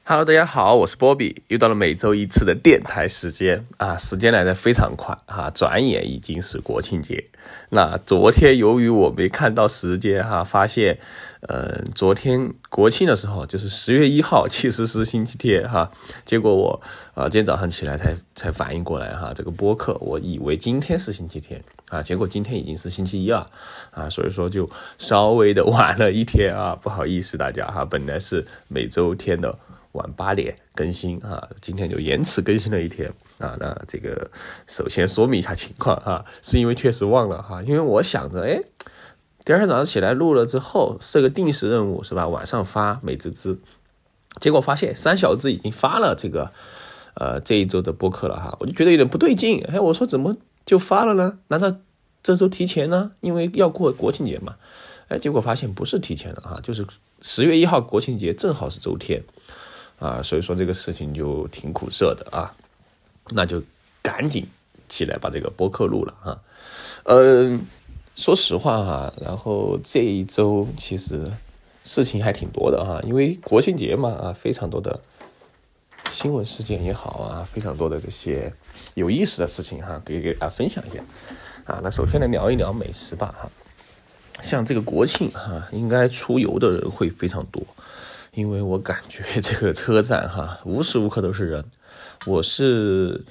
Hello，大家好，我是波比，又到了每周一次的电台时间啊，时间来得非常快啊，转眼已经是国庆节。那昨天由于我没看到时间哈，发现昨天国庆的时候就是10月1号，其实是星期天哈。结果我今天早上起来才反应过来哈，这个播客我以为今天是星期天啊，结果今天已经是星期一了啊，所以说就稍微的晚了一天啊，不好意思大家哈，本来是每周天的晚8点更新啊，今天就延迟更新了一天啊。那这个首先说明一下情况啊，是因为确实忘了哈，因为我想着第二天早上起来录了之后设个定时任务是吧，晚上发美滋滋，结果发现三小子已经发了这个这一周的播客了哈，我就觉得有点不对劲，我说怎么就发了呢？难道这周提前呢？因为要过国庆节嘛。结果发现不是提前了啊，就是10月1号国庆节正好是周天啊，所以说这个事情就挺苦涩的啊，那就赶紧起来把这个播客录了啊。说实话啊，然后这一周其实事情还挺多的啊，因为国庆节嘛啊，非常多的新闻事件也好啊，非常多的这些有意思的事情哈，可以给大家分享一下啊。那首先来聊一聊美食吧哈，像这个国庆哈，应该出游的人会非常多。因为我感觉这个车站哈，无时无刻都是人。我是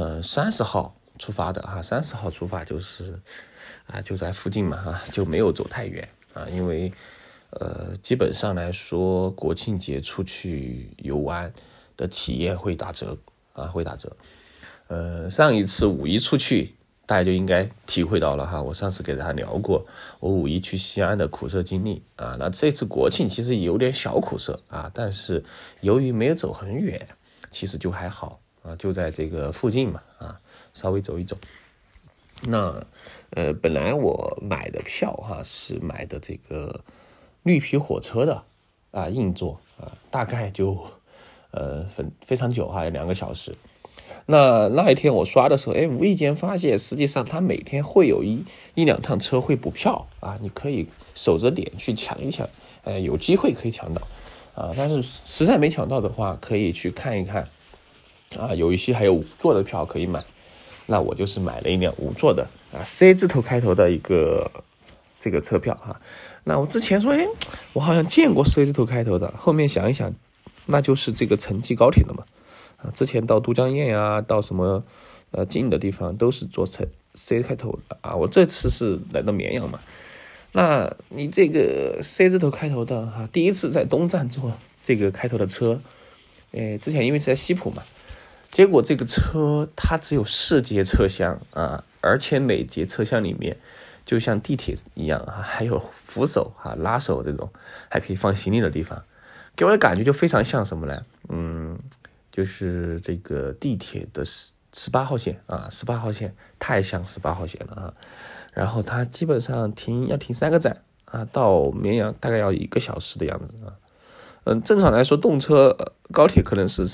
30号出发的哈，30号出发就是就在附近嘛哈，就没有走太远啊，因为基本上来说国庆节出去游玩的体验会打折啊，会打折。上一次5一出去，大家就应该体会到了哈，我上次给大家聊过我5一去西安的苦涩经历啊。那这次国庆其实有点小苦涩啊，但是由于没有走很远，其实就还好啊，就在这个附近嘛啊，稍微走一走。那本来我买的票哈是买的这个绿皮火车的啊硬座啊，大概就非常久哈，有2个小时。那一天我刷的时候，无意间发现，实际上他每天会有一两趟车会补票啊，你可以守着点去抢一抢，有机会可以抢到啊。但是实在没抢到的话，可以去看一看啊，有一些还有5座的票可以买。那我就是买了一辆5座的啊 C 字头开头的一个这个车票哈。那我之前说，我好像见过 C 字头开头的，后面想一想，那就是这个城际高铁的嘛。之前到都江堰呀，到什么近的地方都是坐成 C 开头的啊。我这次是来到绵阳嘛，那你这个 C 字头开头的哈，第一次在东站坐这个开头的车，之前因为是在西浦嘛，结果这个车它只有4节车厢啊，而且每节车厢里面就像地铁一样啊，还有扶手啊、拉手这种，还可以放行李的地方，给我的感觉就非常像什么呢？就是这个地铁的18号线啊，18号线太像18号线了啊。然后它基本上要停3个站啊，到绵阳大概要1个小时的样子啊。正常来说动车高铁可能是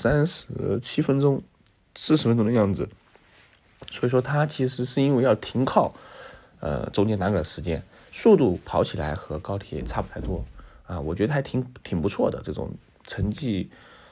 37分钟、40分钟的样子，所以说它其实是因为要停靠中间那个时间，速度跑起来和高铁差不太多啊，我觉得还挺不错的这种城际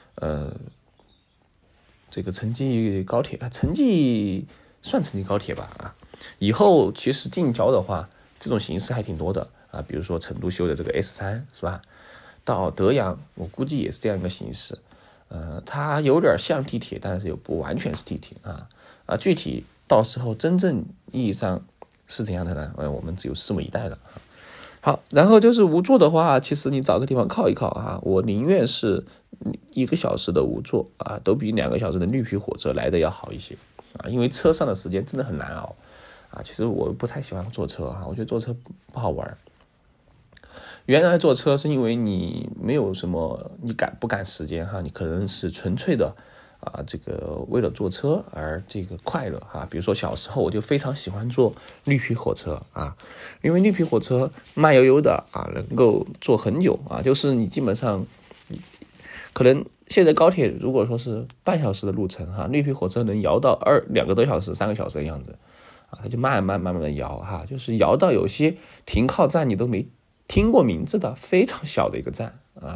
这个城际高铁啊，城际算城际高铁吧啊。以后其实近郊的话，这种形式还挺多的啊，比如说成都修的这个 S3是吧？到德阳，我估计也是这样一个形式。它有点像地铁，但是又不完全是地铁啊。具体到时候真正意义上是怎样的呢？我们只有拭目以待了。好，然后就是无座的话，其实你找个地方靠一靠啊，我宁愿是1个小时的无座啊，都比2个小时的绿皮火车来的要好一些啊，因为车上的时间真的很难熬啊。其实我不太喜欢坐车啊，我觉得坐车不好玩。原来坐车是因为你没有什么，你赶不赶时间哈，你可能是纯粹的这个为了坐车而这个快乐哈。比如说小时候我就非常喜欢坐绿皮火车啊，因为绿皮火车慢悠悠的啊，能够坐很久啊，就是你基本上可能现在高铁如果说是半小时的路程哈，绿皮火车能摇到2个多小时、3个小时的样子啊，它就慢慢的摇哈，就是摇到有些停靠站你都没听过名字的非常小的一个站啊，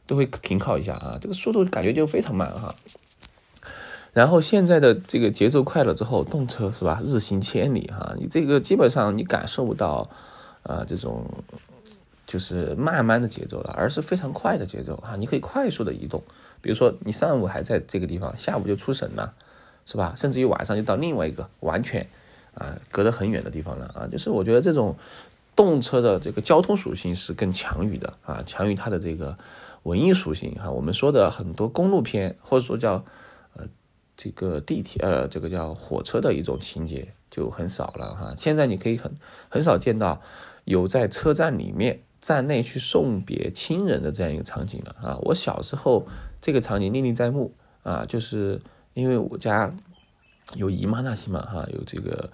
都会停靠一下啊，这个速度感觉就非常慢哈。然后现在的这个节奏快了之后，动车是吧，日行千里哈，你这个基本上你感受不到这种就是慢慢的节奏了，而是非常快的节奏啊，你可以快速的移动，比如说你上午还在这个地方，下午就出省了，是吧？甚至于晚上就到另外一个完全隔得很远的地方了啊，就是我觉得这种动车的这个交通属性是更强于的啊，强于它的这个文艺属性哈。我们说的很多公路片或者说叫这个地铁这个叫火车的一种情节就很少了哈。现在你可以很少见到有在车站里面站内去送别亲人的这样一个场景了啊。我小时候这个场景历历在目啊，就是因为我家有姨妈那些嘛哈，有这个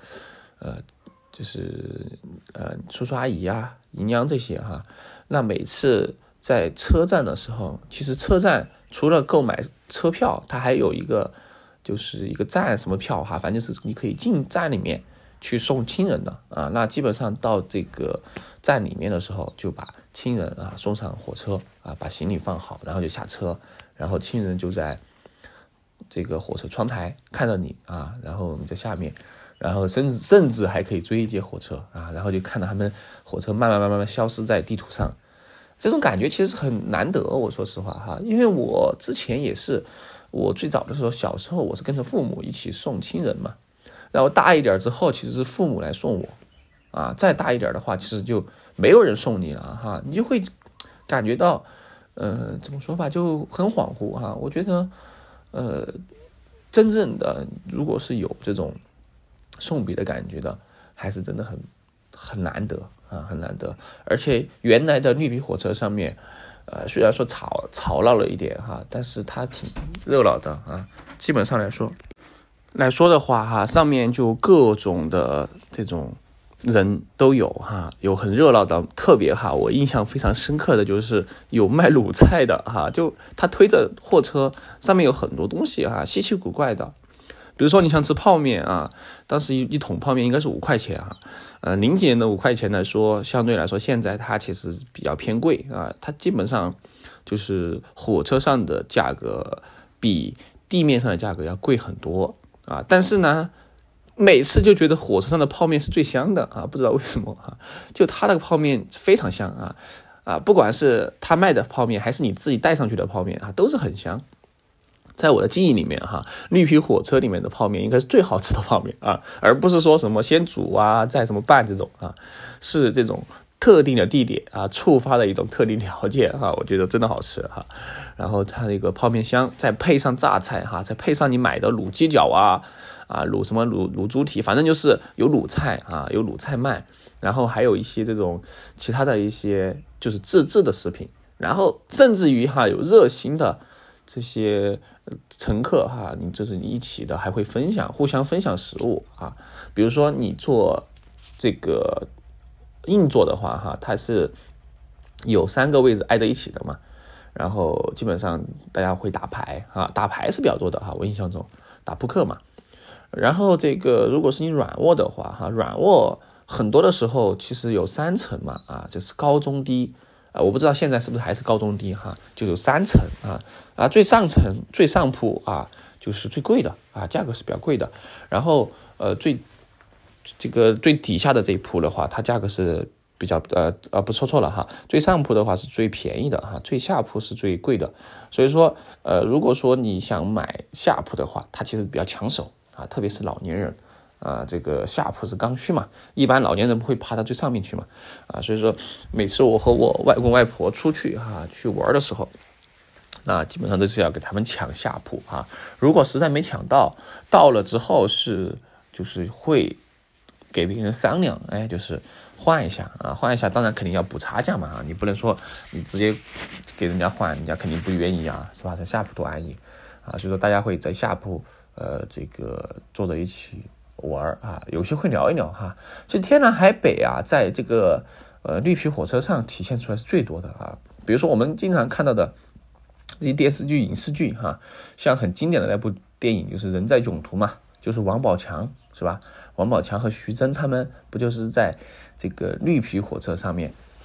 就是叔叔阿姨啊、姨娘这些哈。那每次在车站的时候，其实车站除了购买车票，它还有一个就是一个站什么票哈，反正就是你可以进站里面去送亲人的啊。那基本上到这个站里面的时候，就把亲人送上火车啊，把行李放好，然后就下车，然后亲人就在这个火车窗台看着你啊，然后你在下面，然后甚至还可以追一节火车啊，然后就看到他们火车慢慢消失在地图上。这种感觉其实很难得，我说实话哈，因为我之前也是，我最早的时候小时候我是跟着父母一起送亲人嘛，然后大一点之后其实是父母来送我啊，再大一点的话其实就没有人送你了哈，你就会感觉到怎么说吧，就很恍惚哈。我觉得真正的如果是有这种送别的感觉的，还是真的很难得啊，很难得。而且原来的绿皮火车上面虽然说吵闹了一点哈，但是它挺热闹的啊。基本上来说的话哈，上面就各种的这种人都有哈，有很热闹的，特别哈，我印象非常深刻的就是有卖卤菜的哈，就他推着货车，上面有很多东西哈，稀奇古怪的。比如说你想吃泡面啊，当时一桶泡面应该是5块钱啊，00几年的5块钱来说，相对来说现在它其实比较偏贵啊，它基本上就是火车上的价格比地面上的价格要贵很多啊，但是呢，每次就觉得火车上的泡面是最香的啊，不知道为什么啊，就它的泡面非常香啊，不管是他卖的泡面还是你自己带上去的泡面啊，都是很香。在我的记忆里面哈，绿皮火车里面的泡面应该是最好吃的泡面啊，而不是说什么先煮啊再什么拌这种啊，是这种特定的地点啊触发的一种特定条件哈，我觉得真的好吃哈。然后它那个泡面香，再配上榨菜哈，再配上你买的卤鸡脚卤什么卤猪蹄，反正就是有卤菜啊，有卤菜卖，然后还有一些这种其他的一些就是自制的食品，然后甚至于哈有热心的这些乘客哈，你就是你一起的还会互相分享食物啊。比如说你坐这个硬座的话哈，它是有3个位置挨着一起的嘛，然后基本上大家会打牌啊，打牌是比较多的哈，我印象中打扑克嘛。然后这个如果是你软卧的话哈，软卧很多的时候其实有3层嘛啊，就是高中低。我不知道现在是不是还是高中低哈，就有3层最上层最上铺就是最贵的价格是比较贵的。然后最底下的这一铺的话，它价格是比较不错了哈。最上铺的话是最便宜的哈，最下铺是最贵的。所以说如果说你想买下铺的话，它其实比较抢手特别是老年人。这个下铺是刚需嘛，一般老年人不会爬到最上面去嘛，所以说每次我和我外公外婆出去去玩的时候，那基本上都是要给他们抢下铺如果实在没抢到了之后就是会给别人商量，就是换一下当然肯定要补差价嘛你不能说你直接给人家换，人家肯定不愿意是吧？在下铺多安逸所以说大家会在下铺这个坐在一起玩有些会聊一聊其实天南海北在这个绿皮火车上体现出来是最多的比如说我们经常看到的这些电视剧影视剧像很经典的那部电影就是人在囧途嘛，就是王宝强是吧？王宝强和徐峥他们不就是在这个绿皮火车上面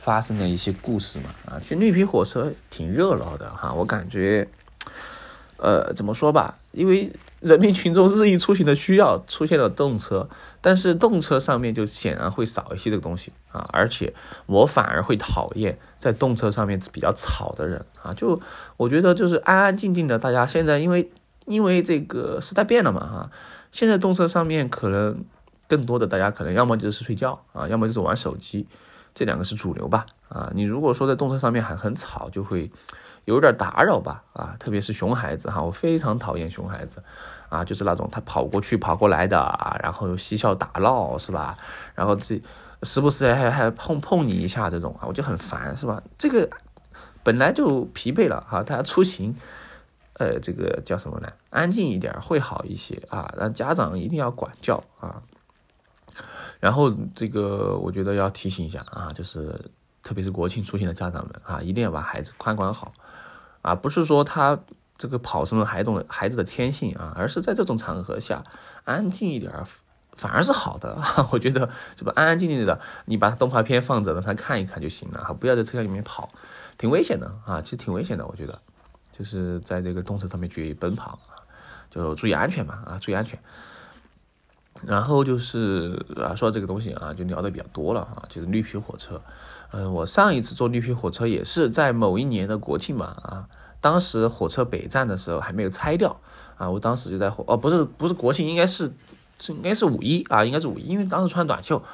发生的一些故事嘛。其实绿皮火车挺热闹的哈，我感觉，怎么说吧，因为人民群众日益出行的需要，出现了动车，但是动车上面就显然会少一些这个东西啊，而且我反而会讨厌在动车上面比较吵的人啊，就我觉得就是安安静静的，大家现在因为这个时代变了嘛哈，现在动车上面可能更多的大家可能要么就是睡觉啊，要么就是玩手机，这两个是主流吧啊，你如果说在动车上面还很吵，就会有点打扰吧啊，特别是熊孩子哈，我非常讨厌熊孩子啊，就是那种他跑过去跑过来的啊，然后嬉笑打闹是吧？然后时不时还碰你一下这种啊，我就很烦是吧？这个本来就疲惫了哈，大家出行，这个叫什么呢？安静一点会好一些啊，让家长一定要管教啊。然后这个我觉得要提醒一下啊，就是特别是国庆出行的家长们啊，一定要把孩子管好啊，不是说他这个跑什么孩子的天性啊，而是在这种场合下安静一点反而是好的啊，我觉得是吧？安安静静的，你把动画片放着让他看一看就行了啊，不要在车里面跑，挺危险的啊，其实挺危险的，我觉得就是在这个动车上面去奔跑啊，就注意安全嘛啊，注意安全。然后就是说这个东西啊，就聊得比较多了啊，就是绿皮火车。我上一次坐绿皮火车也是在某一年的国庆嘛啊，当时火车北站的时候还没有拆掉啊，我当时就在不是国庆，应该是五一啊，应该是五一，因为当时穿短袖，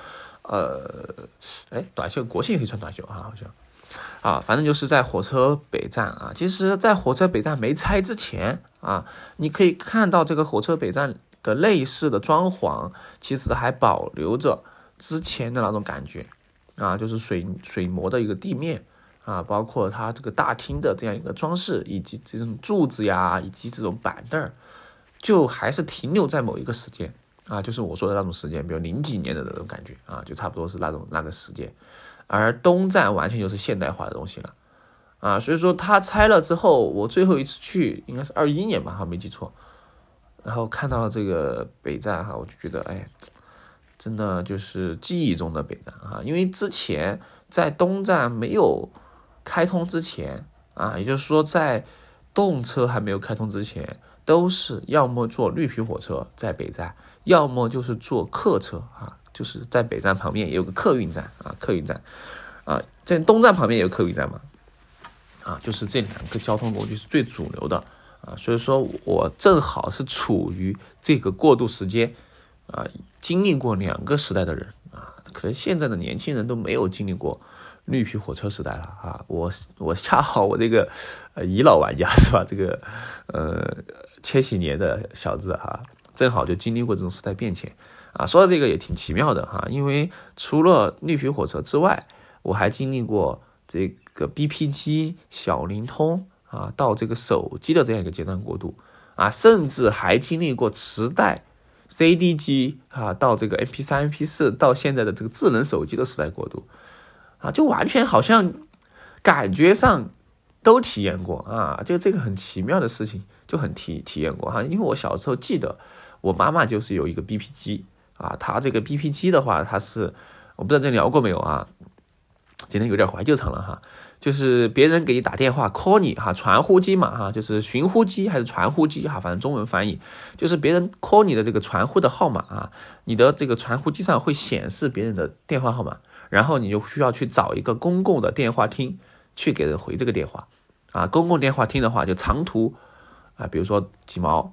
短袖国庆可以穿短袖啊，好像啊，反正就是在火车北站啊。其实，在火车北站没拆之前啊，你可以看到这个火车北站的类似的装潢，其实还保留着之前的那种感觉啊，就是水磨的一个地面啊，包括它这个大厅的这样一个装饰，以及这种柱子呀，以及这种板凳，就还是停留在某一个时间啊，就是我说的那种时间，比如00几年的那种感觉啊，就差不多是那个时间。而东站完全就是现代化的东西了啊，所以说它拆了之后，我最后一次去应该是21年吧，没记错。然后看到了这个北站哈，我就觉得真的就是记忆中的北站啊，因为之前在东站没有开通之前啊，也就是说在动车还没有开通之前，都是要么坐绿皮火车在北站，要么就是坐客车啊，就是在北站旁边也有个客运站啊，在东站旁边也有客运站嘛啊，就是这两个交通工具是最主流的。所以说我正好是处于这个过渡时间啊，经历过两个时代的人啊，可能现在的年轻人都没有经历过绿皮火车时代了啊，我恰好我这个遗老玩家是吧，这个千禧年的小子啊，正好就经历过这种时代变迁啊，说到这个也挺奇妙的哈，因为除了绿皮火车之外，我还经历过这个 BP 机、小灵通啊，到这个手机的这样一个阶段过渡啊，甚至还经历过磁带、CD 机啊，到这个 MP3、MP4，到现在的这个智能手机的时代过渡啊，就完全好像感觉上都体验过啊，就这个很奇妙的事情就很体验过哈，因为我小时候记得我妈妈就是有一个 BP 机啊，她这个 BP 机的话，她是我不知道这聊过没有啊，今天有点怀旧场了哈。就是别人给你打电话 call 你哈，传呼机嘛哈，就是寻呼机还是传呼机哈，反正中文翻译就是别人 call 你的这个传呼的号码啊，你的这个传呼机上会显示别人的电话号码，然后你就需要去找一个公共的电话厅去给人回这个电话啊。公共电话厅的话就长途啊，比如说几毛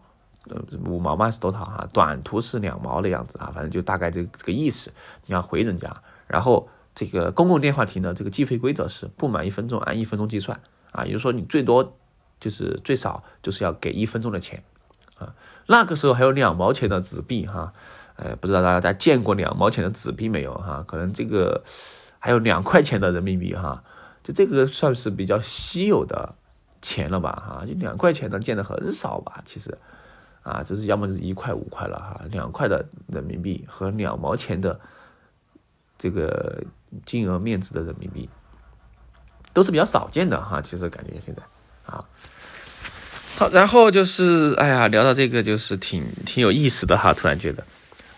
5毛嘛是多少哈，短途是2毛的样子啊，反正就大概这个意思，你要回人家，然后这个公共电话亭的这个计费规则是不满1分钟按1分钟计算啊，也就是说你最少就是要给1分钟的钱啊。那个时候还有2毛钱的纸币哈，不知道大家见过2毛钱的纸币没有哈？可能这个还有2块钱的人民币哈，就这个算是比较稀有的钱了吧哈，就2块钱的见的很少吧，其实啊，就是要么就是1块5块了哈，2块的人民币和2毛钱的这个金额面值的人民币都是比较少见的哈，其实感觉现在啊，好，然后就是聊到这个就是挺有意思的哈，突然觉得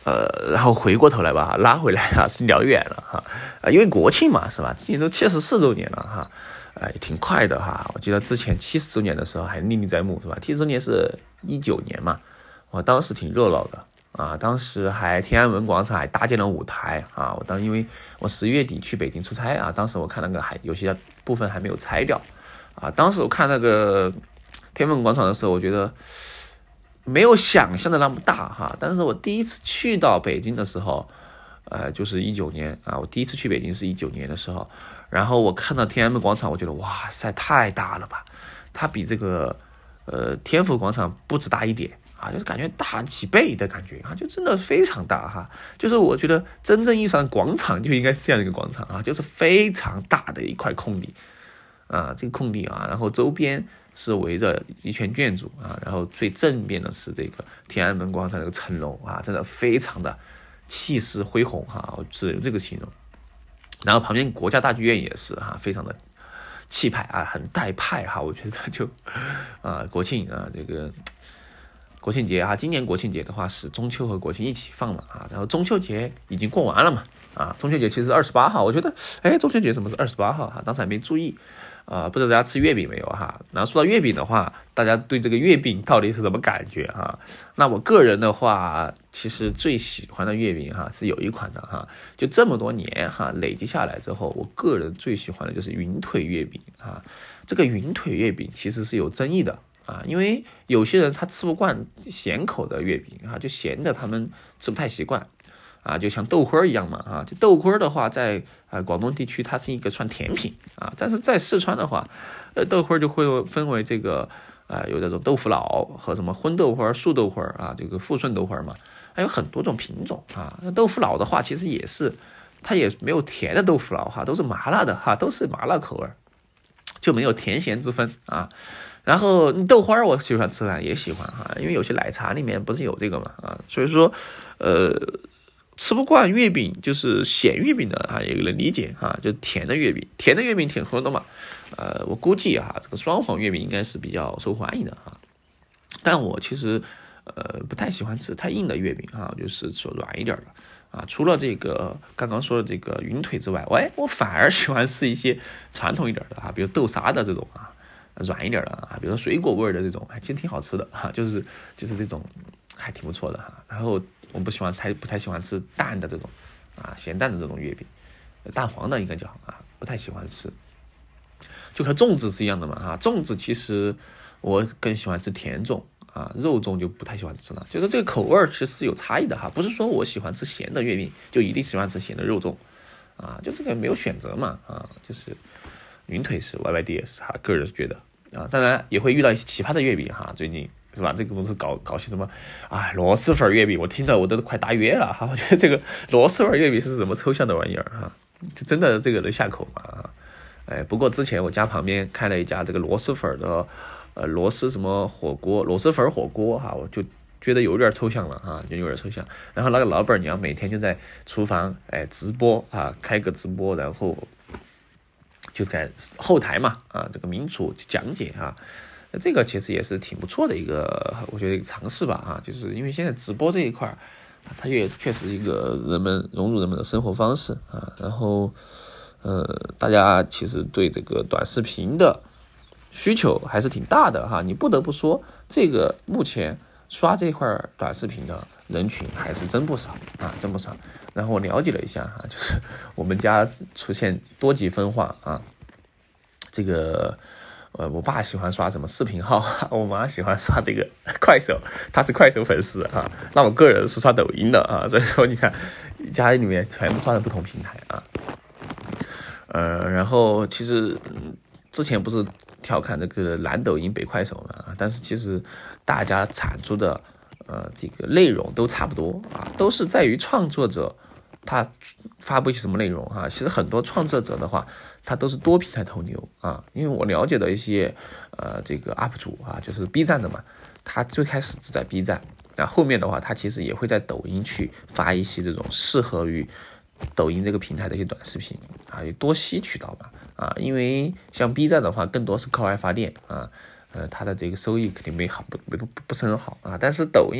然后回过头来吧，拉回来啊，是聊远了哈，因为国庆嘛，是吧？今年都74周年了哈，也挺快的哈。我记得之前70周年的时候还历历在目，是吧？70周年是19年嘛，我当时挺热闹的啊，当时还天安门广场还搭建了舞台啊。因为我10月底去北京出差啊，当时我看那个还有些部分还没有拆掉啊。当时我看那个天安门广场的时候，我觉得没有想象的那么大哈，但是我第一次去到北京的时候，就是19年啊，我第一次去北京是19年的时候，然后我看到天安门广场，我觉得哇塞，太大了吧，它比这个天府广场不止大一点啊，就是感觉大几倍的感觉啊，就真的非常大哈，就是我觉得真正意义上的广场就应该是这样一个广场啊，就是非常大的一块空地啊，这个空地啊，然后周边是围着一圈建筑啊，然后最正面的是这个天安门广场这个城楼啊，真的非常的气势恢宏哈，我只有这个形容。然后旁边国家大剧院也是哈，非常的气派啊，很带派哈，我觉得就国庆啊，这个国庆节啊，今年国庆节的话是中秋和国庆一起放了啊，然后中秋节已经过完了嘛啊，中秋节其实28号，我觉得中秋节怎么是28号哈，当时还没注意。不知道大家吃月饼没有哈？然后说到月饼的话，大家对这个月饼到底是什么感觉哈？那我个人的话，其实最喜欢的月饼哈是有一款的哈，就这么多年哈累积下来之后，我个人最喜欢的就是云腿月饼啊。这个云腿月饼其实是有争议的啊，因为有些人他吃不惯咸口的月饼啊，就咸的他们吃不太习惯。啊，就像豆花一样嘛，啊，就豆花的话，在广东地区它是一个算甜品啊，但是在四川的话，豆花就会分为这个有这种豆腐脑和什么荤豆花、素豆花啊，这个富顺豆花嘛，还有很多种品种啊。那豆腐脑的话，其实也是它也没有甜的豆腐脑哈，都是麻辣的哈，都是麻辣口味，就没有甜咸之分啊。然后豆花我喜欢吃呢，也喜欢哈，因为有些奶茶里面不是有这个嘛啊，所以说吃不惯月饼就是咸月饼的啊，也能理解啊，就甜的月饼，甜的月饼挺喝的嘛。我估计哈，这个双黄月饼应该是比较受欢迎的啊。但我其实不太喜欢吃太硬的月饼啊，就是说软一点的啊。除了这个刚刚说的这个云腿之外，我反而喜欢吃一些传统一点的啊，比如豆沙的这种啊，软一点的啊，比如说水果味的这种，其实挺好吃的哈，就是这种还挺不错的哈。然后我不太喜欢吃淡的这种啊，咸淡的这种月饼，蛋黄的应该叫啊，不太喜欢吃。就和粽子是一样的嘛哈，粽子其实我更喜欢吃甜粽啊，肉粽就不太喜欢吃了。就是这个口味其实是有差异的哈，不是说我喜欢吃咸的月饼就一定喜欢吃咸的肉粽啊，就这个没有选择嘛啊，就是云腿是 YYDS 哈，个人觉得啊，当然也会遇到一些奇葩的月饼哈，最近。是吧？这个都是搞些什么螺蛳粉月饼，我听到我都快大约了哈。我觉得这个螺蛳粉月饼是什么抽象的玩意儿哈？就真的这个能下口吗？不过之前我家旁边开了一家这个螺蛳粉的螺蛳什么火锅，螺蛳粉火锅哈，我就觉得有点抽象了哈，就有点抽象。然后那个老板娘每天就在厨房直播啊，开个直播，然后就在后台嘛这个名厨讲解啊。这个其实也是挺不错的一个，我觉得一个尝试吧就是因为现在直播这一块它也确实一个融入人们的生活方式啊，然后大家其实对这个短视频的需求还是挺大的哈，你不得不说这个目前刷这块短视频的人群还是真不少真不少。然后我了解了一下就是我们家出现多级分化这个我爸喜欢刷什么视频号，我妈喜欢刷这个快手，他是快手粉丝那我个人是刷抖音的所以说你看家里面全部刷的不同平台然后其实之前不是调侃这个南抖音北快手嘛但是其实大家产出的这个内容都差不多都是在于创作者他发布一些什么内容其实很多创作者的话他都是多平台投流因为我了解的一些这个 UP 主就是 B 站的嘛，他最开始只在 B 站，那后面的话他其实也会在抖音去发一些这种适合于抖音这个平台的一些短视频有多吸渠道嘛因为像 B 站的话更多是靠爱发电它的这个收益肯定不是很好但是抖音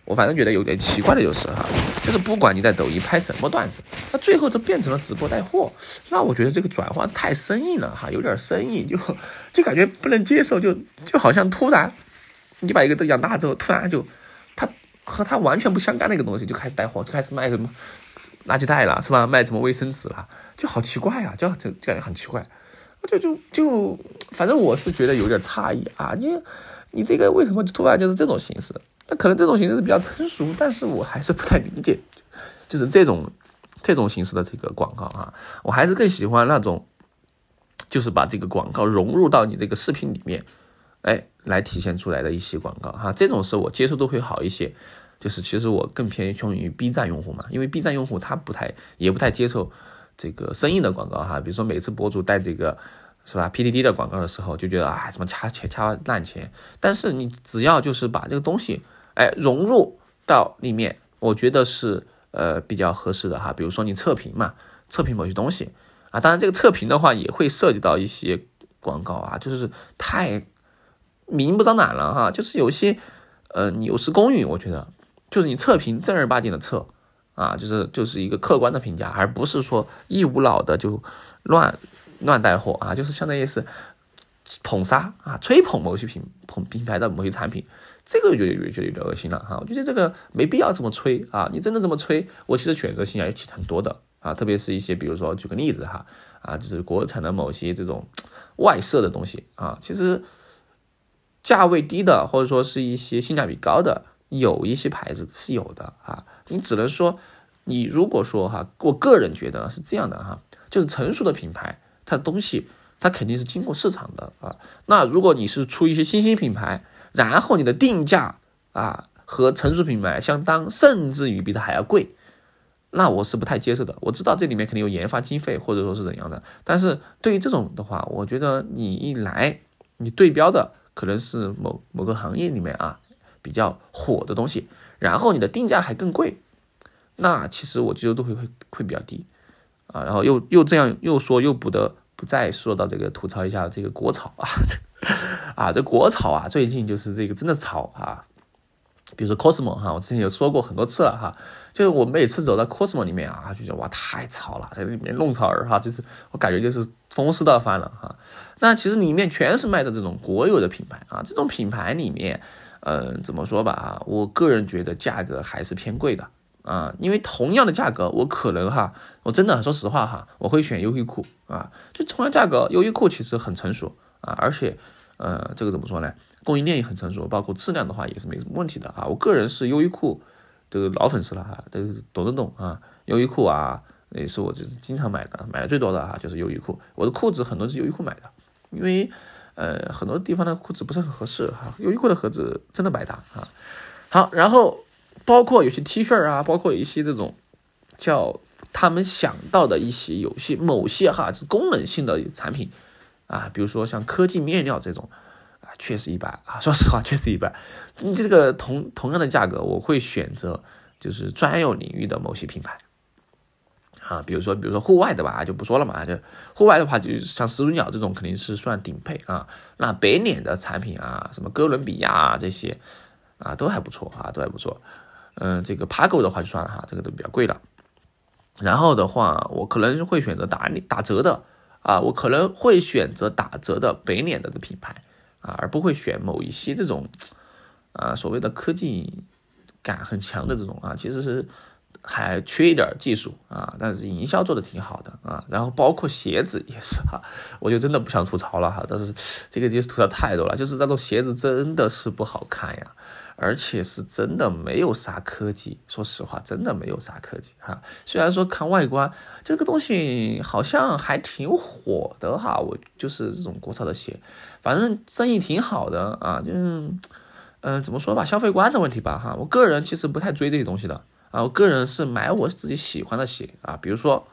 我反正觉得有点奇怪的就是不管你在抖音拍什么段子，那最后都变成了直播带货，那我觉得这个转换太生硬了有点生硬，就感觉不能接受，就好像突然你把一个都养大之后，突然就他和他完全不相干的一个东西就开始带货，就开始卖什么垃圾袋了，是吧？卖什么卫生纸了，就好奇怪就感觉很奇怪，就反正我是觉得有点诧异你这个为什么突然就是这种形式？那可能这种形式是比较成熟，但是我还是不太理解，就是这种形式的这个广告我还是更喜欢那种，就是把这个广告融入到你这个视频里面，来体现出来的一些广告这种是我接受度会好一些。就是其实我更偏向于 B 站用户嘛，因为 B 站用户他也不太接受这个生硬的广告比如说每次博主带这个是吧 PDD 的广告的时候，就觉得什么掐烂钱，但是你只要就是把这个东西融入到里面，我觉得是比较合适的比如说你测评某些东西当然这个测评的话也会涉及到一些广告就是太明不张胆了就是有些有失公允，我觉得就是你测评正儿八经的测就是一个客观的评价，而不是说一无脑的就乱带货就是相当于是捧杀吹捧某些品牌的某些产品，这个就有点恶心了我觉得这个没必要这么吹你真的这么吹，我其实选择性也很多的特别是一些比如说举个例子就是国产的某些这种外设的东西其实价位低的或者说是一些性价比高的，有一些牌子是有的你只能说你如果说我个人觉得是这样的就是成熟的品牌，它的东西它肯定是经过市场的那如果你是出一些新兴品牌，然后你的定价和成熟品牌相当，甚至于比它还要贵，那我是不太接受的。我知道这里面肯定有研发经费或者说是怎样的，但是对于这种的话，我觉得你对标的可能是某个行业里面比较火的东西，然后你的定价还更贵，那其实我接受度会比较低然后又这样又不再说到这个吐槽一下这个国潮这国潮最近就是这个真的潮比如说 Cosmo 我之前有说过很多次了就是我每次走到 Cosmo 里面就觉得哇太潮了，在里面弄潮儿就是我感觉就是风势到翻了那其实里面全是卖的这种国有的品牌这种品牌里面怎么说吧我个人觉得价格还是偏贵的因为同样的价格我可能我真的说实话我会选优衣库就同样价格优衣库其实很成熟而且这个怎么说呢，供应链也很成熟，包括质量的话也是没什么问题的我个人是优衣库这个老粉丝了这个懂优衣库也是我就是经常买的最多的就是优衣库，我的裤子很多是优衣库买的，因为很多地方的裤子不是很合适优衣库的盒子真的百搭好，然后包括有些 T 恤包括一些这种叫他们想到的一些某些功能性的产品比如说像科技面料这种确实一般说实话确实一般，这个同样的价格我会选择就是专有领域的某些品牌比如说户外的吧就不说了嘛，就户外的话就像始祖鸟这种肯定是算顶配那北脸的产品什么哥伦比亚这些都还不错都还不错这个 Pago 的话就算了这个都比较贵了，然后的话我可能会选择打折的我可能会选择打折的北脸的品牌而不会选某一些这种所谓的科技感很强的这种其实是还缺一点技术但是营销做的挺好的然后包括鞋子也是我就真的不想吐槽了但是这个就是吐槽太多了，就是那种鞋子真的是不好看呀，而且是真的没有啥科技，说实话真的没有啥科技虽然说看外观这个东西好像还挺火的我就是这种国潮的鞋，反正生意挺好的就是怎么说吧，消费观的问题吧我个人其实不太追这些东西的我个人是买我自己喜欢的鞋比如说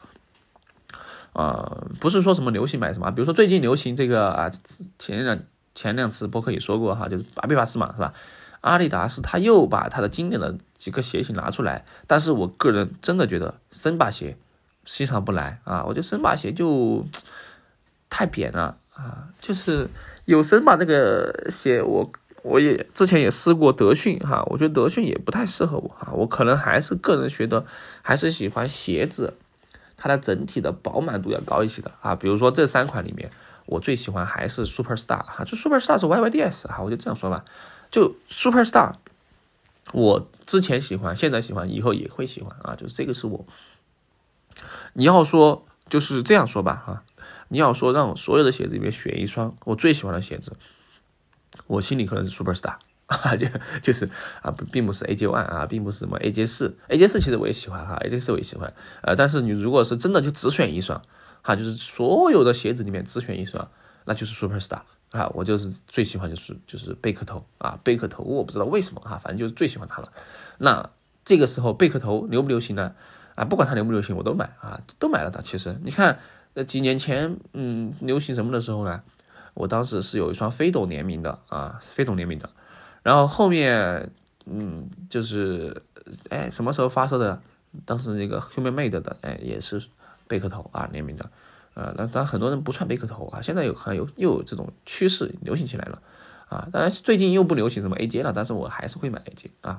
不是说什么流行买什么比如说最近流行这个前两次播客也说过就是阿迪达斯嘛是吧，阿迪达斯他又把他的经典的几个鞋型拿出来，但是我个人真的觉得森巴鞋欣赏不来我觉得森巴鞋就太扁了就是有森巴这个鞋我也之前也试过德训哈，我觉得德训也不太适合我哈，我可能还是个人觉得还是喜欢鞋子它的整体的饱满度要高一些的啊。比如说这3款里面，我最喜欢还是 Superstar 哈，就 Superstar 是 YYDS 哈，我就这样说吧，就 Superstar 我之前喜欢，现在喜欢，以后也会喜欢啊，就是这个是我。你要说就是这样说吧哈，你要说让我所有的鞋子里面选一双我最喜欢的鞋子，我心里可能是 Superstar 啊，就是啊，并不是 AJ1 啊，并不是什么 AJ4 其实我也喜欢哈，AJ4 我也喜欢，但是你如果是真的就只选一双哈，就是所有的鞋子里面只选一双，那就是 Superstar 啊，我就是最喜欢就是贝壳头啊，贝壳头我不知道为什么哈，反正就是最喜欢它了。那这个时候贝壳头流不流行呢？啊，不管它流不流行，我都买啊，都买了它。其实你看，几年前流行什么的时候呢？我当时是有一双飞斗联名的啊，飞斗联名的，然后后面就是什么时候发售的？当时那个 Human Made 的也是贝壳头啊联名的，那当然很多人不穿贝壳头啊，现在又有这种趋势流行起来了啊，当然最近又不流行什么 AJ 了，但是我还是会买 AJ 啊。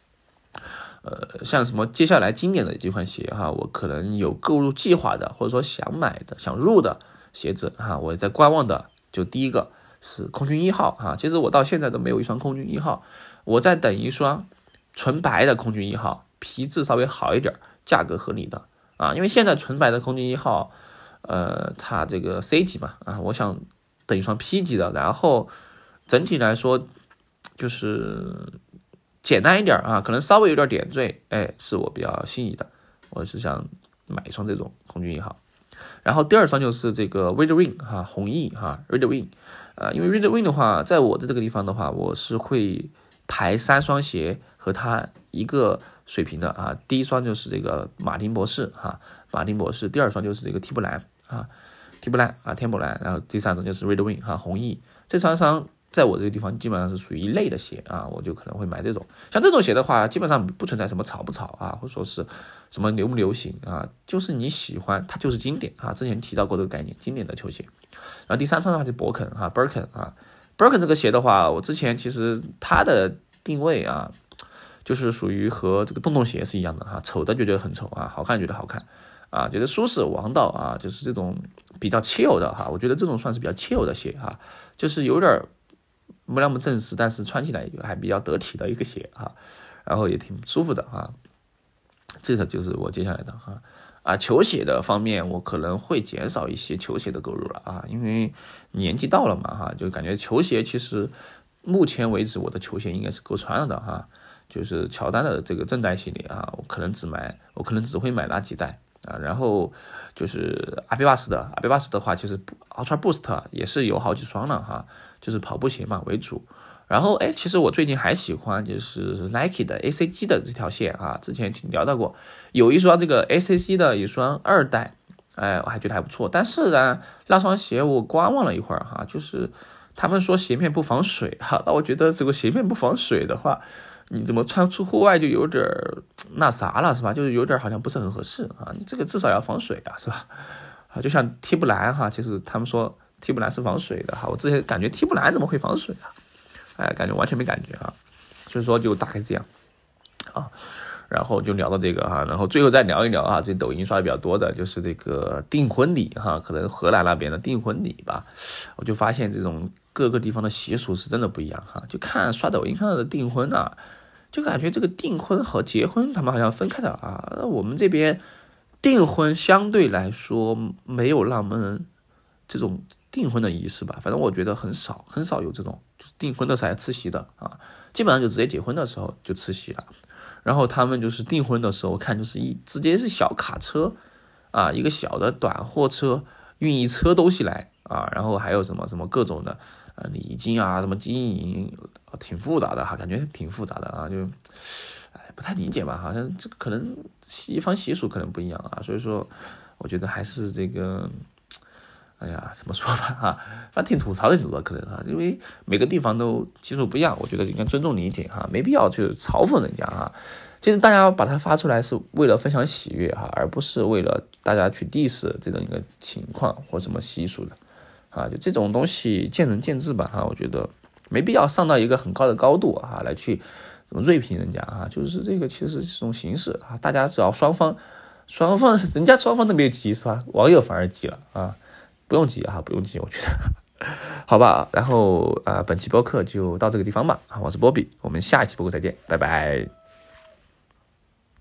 像什么接下来经典的几款鞋哈，我可能有购入计划的，或者说想买的、想入的鞋子哈，我在观望的。就第一个是空军1号哈，其实我到现在都没有一双空军1号，我在等一双纯白的空军1号，皮质稍微好一点，价格合理的啊，因为现在纯白的空军1号，它这个 C 级嘛啊，我想等一双 P 级的，然后整体来说就是简单一点啊，可能稍微有点点缀，是我比较心仪的，我是想买一双这种空军1号。然后第二双就是这个 Red Wing 哈，红翼哈 Red Wing，因为 Red Wing 的话，在我的这个地方的话，我是会排3双鞋和它一个水平的啊。第一双就是这个马丁博士哈，马丁博士，第二双就是这个提布兰啊，天普兰，然后第3双就是 Red Wing 哈，红翼，这3双在我这个地方基本上是属于一类的鞋啊，我就可能会买这种。像这种鞋的话，基本上不存在什么潮不潮啊，或者说是什么流不流行啊，就是你喜欢它就是经典啊。之前提到过这个概念，经典的球鞋。然后第3双的话就Birken 啊 ，Birken 这个鞋的话，我之前其实它的定位啊，就是属于和这个洞洞鞋是一样的哈，丑的就觉得很丑啊，好看觉得好看啊，觉得舒适王道啊，就是这种比较 chill 的哈，我觉得这种算是比较 chill 的鞋哈，就是有点不那么正式，但是穿起来还比较得体的一个鞋啊，然后也挺舒服的啊。这个就是我接下来的哈球鞋的方面，我可能会减少一些球鞋的购入了啊，因为年纪到了嘛哈，就感觉球鞋其实目前为止我的球鞋应该是够穿了的哈，就是乔丹的这个正代系列啊，我可能只会买那几代啊，然后就是阿贝巴斯的话，其实 Ultra Boost 也是有好几双了哈，就是跑步鞋嘛为主。然后其实我最近还喜欢就是 Nike 的 ACG 的这条线啊，之前聊到过，有一双这个 ACG 的一双2代，我还觉得还不错。但是呢，那双鞋我观望了一会儿哈，就是他们说鞋面不防水哈，那我觉得这个鞋面不防水的话，你怎么穿出户外就有点那啥了是吧？就是有点好像不是很合适啊，你这个至少要防水啊是吧？啊，就像踢布兰哈，其实他们说踢布兰是防水的哈，我之前感觉踢布兰怎么会防水啊？感觉完全没感觉啊，所以说就大概这样啊，然后就聊到这个哈，然后最后再聊一聊啊，这抖音刷的比较多的就是这个订婚礼哈，可能荷兰那边的订婚礼吧，我就发现这种各个地方的习俗是真的不一样哈，就看刷抖音看到的订婚啊，就感觉这个订婚和结婚他们好像分开的啊，我们这边订婚相对来说没有那么这种订婚的仪式吧，反正我觉得很少有这种就是订婚的时候还吃席的啊，基本上就直接结婚的时候就吃席了。然后他们就是订婚的时候看就是直接是小卡车啊，一个小的短货车运一车东西来啊，然后还有什么各种的礼金啊，什么金银，挺复杂的哈，感觉挺复杂的啊，就不太理解吧，好像这个可能西方习俗可能不一样啊，所以说我觉得还是这个。哎呀，怎么说吧哈，反正挺吐槽的可能哈，因为每个地方都习俗不一样，我觉得应该尊重理解哈，没必要去嘲讽人家哈。其实大家把它发出来是为了分享喜悦哈，而不是为了大家去 diss 这种一个情况或什么习俗的啊，就这种东西见仁见智吧哈，我觉得没必要上到一个很高的高度啊，来去怎么锐评人家啊，就是这个其实是一种形式啊，大家只要双方人家双方都没有急是吧？网友反而急了啊，不用急啊，不用急，我觉得好吧。然后本期播客就到这个地方吧啊，我是波比，我们下一期播客再见，拜拜。